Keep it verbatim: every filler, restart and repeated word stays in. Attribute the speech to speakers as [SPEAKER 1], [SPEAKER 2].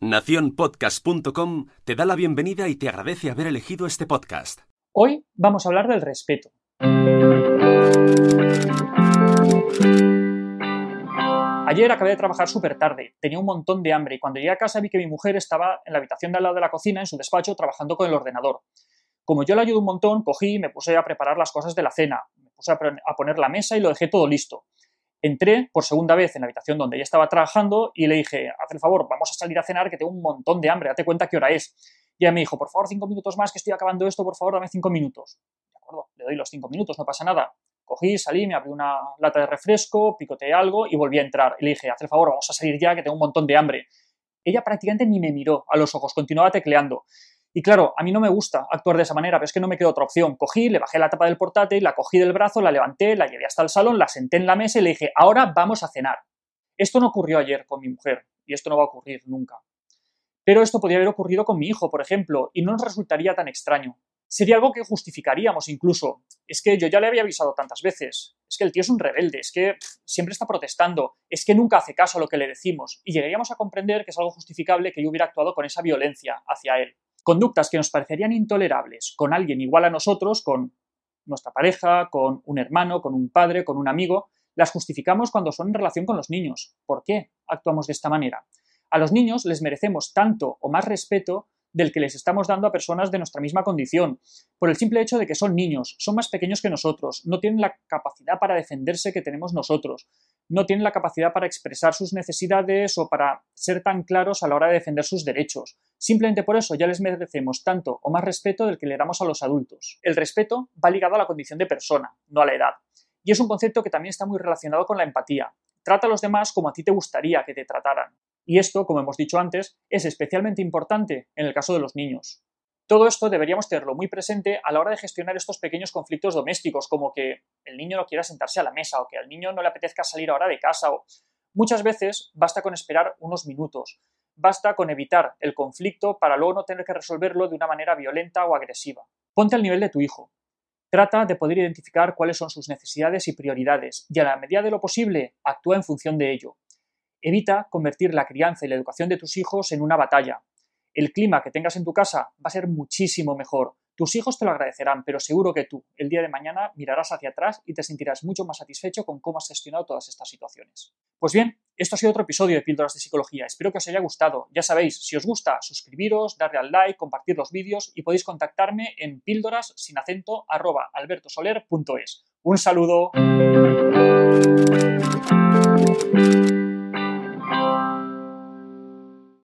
[SPEAKER 1] nación podcast punto com te da la bienvenida y te agradece haber elegido este podcast.
[SPEAKER 2] Hoy vamos a hablar del respeto. Ayer acabé de trabajar súper tarde, tenía un montón de hambre y cuando llegué a casa vi que mi mujer estaba en la habitación de al lado de la cocina, en su despacho, trabajando con el ordenador. Como yo le ayudo un montón, cogí y me puse a preparar las cosas de la cena, me puse a poner la mesa y lo dejé todo listo. Entré por segunda vez en la habitación donde ella estaba trabajando y le dije, haz el favor, vamos a salir a cenar que tengo un montón de hambre, date cuenta qué hora es. Y ella me dijo, por favor, cinco minutos más que estoy acabando esto, por favor, dame cinco minutos. De acuerdo, le doy los cinco minutos, no pasa nada. Cogí, salí, me abrí una lata de refresco, picoteé algo y volví a entrar. Y le dije, haz el favor, vamos a salir ya que tengo un montón de hambre. Ella prácticamente ni me miró a los ojos, continuaba tecleando. Y claro, a mí no me gusta actuar de esa manera, pero es que no me quedó otra opción. Cogí, le bajé la tapa del portátil, la cogí del brazo, la levanté, la llevé hasta el salón, la senté en la mesa y le dije, ahora vamos a cenar. Esto no ocurrió ayer con mi mujer y esto no va a ocurrir nunca. Pero esto podría haber ocurrido con mi hijo, por ejemplo, y no nos resultaría tan extraño. Sería algo que justificaríamos incluso. Es que yo ya le había avisado tantas veces. Es que el tío es un rebelde, es que pff, siempre está protestando, es que nunca hace caso a lo que le decimos. Y llegaríamos a comprender que es algo justificable que yo hubiera actuado con esa violencia hacia él. Conductas que nos parecerían intolerables con alguien igual a nosotros, con nuestra pareja, con un hermano, con un padre, con un amigo, las justificamos cuando son en relación con los niños. ¿Por qué actuamos de esta manera? A los niños les merecemos tanto o más respeto del que les estamos dando a personas de nuestra misma condición, por el simple hecho de que son niños, son más pequeños que nosotros, no tienen la capacidad para defenderse que tenemos nosotros, no tienen la capacidad para expresar sus necesidades o para ser tan claros a la hora de defender sus derechos. Simplemente por eso ya les merecemos tanto o más respeto del que le damos a los adultos. El respeto va ligado a la condición de persona, no a la edad. Y es un concepto que también está muy relacionado con la empatía. Trata a los demás como a ti te gustaría que te trataran. Y esto, como hemos dicho antes, es especialmente importante en el caso de los niños. Todo esto deberíamos tenerlo muy presente a la hora de gestionar estos pequeños conflictos domésticos, como que el niño no quiera sentarse a la mesa o que al niño no le apetezca salir ahora de casa. O... Muchas veces basta con esperar unos minutos, basta con evitar el conflicto para luego no tener que resolverlo de una manera violenta o agresiva. Ponte al nivel de tu hijo. Trata de poder identificar cuáles son sus necesidades y prioridades y a la medida de lo posible actúa en función de ello. Evita convertir la crianza y la educación de tus hijos en una batalla. El clima que tengas en tu casa va a ser muchísimo mejor. Tus hijos te lo agradecerán, pero seguro que tú, el día de mañana, mirarás hacia atrás y te sentirás mucho más satisfecho con cómo has gestionado todas estas situaciones. Pues bien, esto ha sido otro episodio de Píldoras de Psicología. Espero que os haya gustado. Ya sabéis, si os gusta, suscribiros, darle al like, compartir los vídeos y podéis contactarme en píldoras sin acento arroba albertosoler punto es. Un saludo.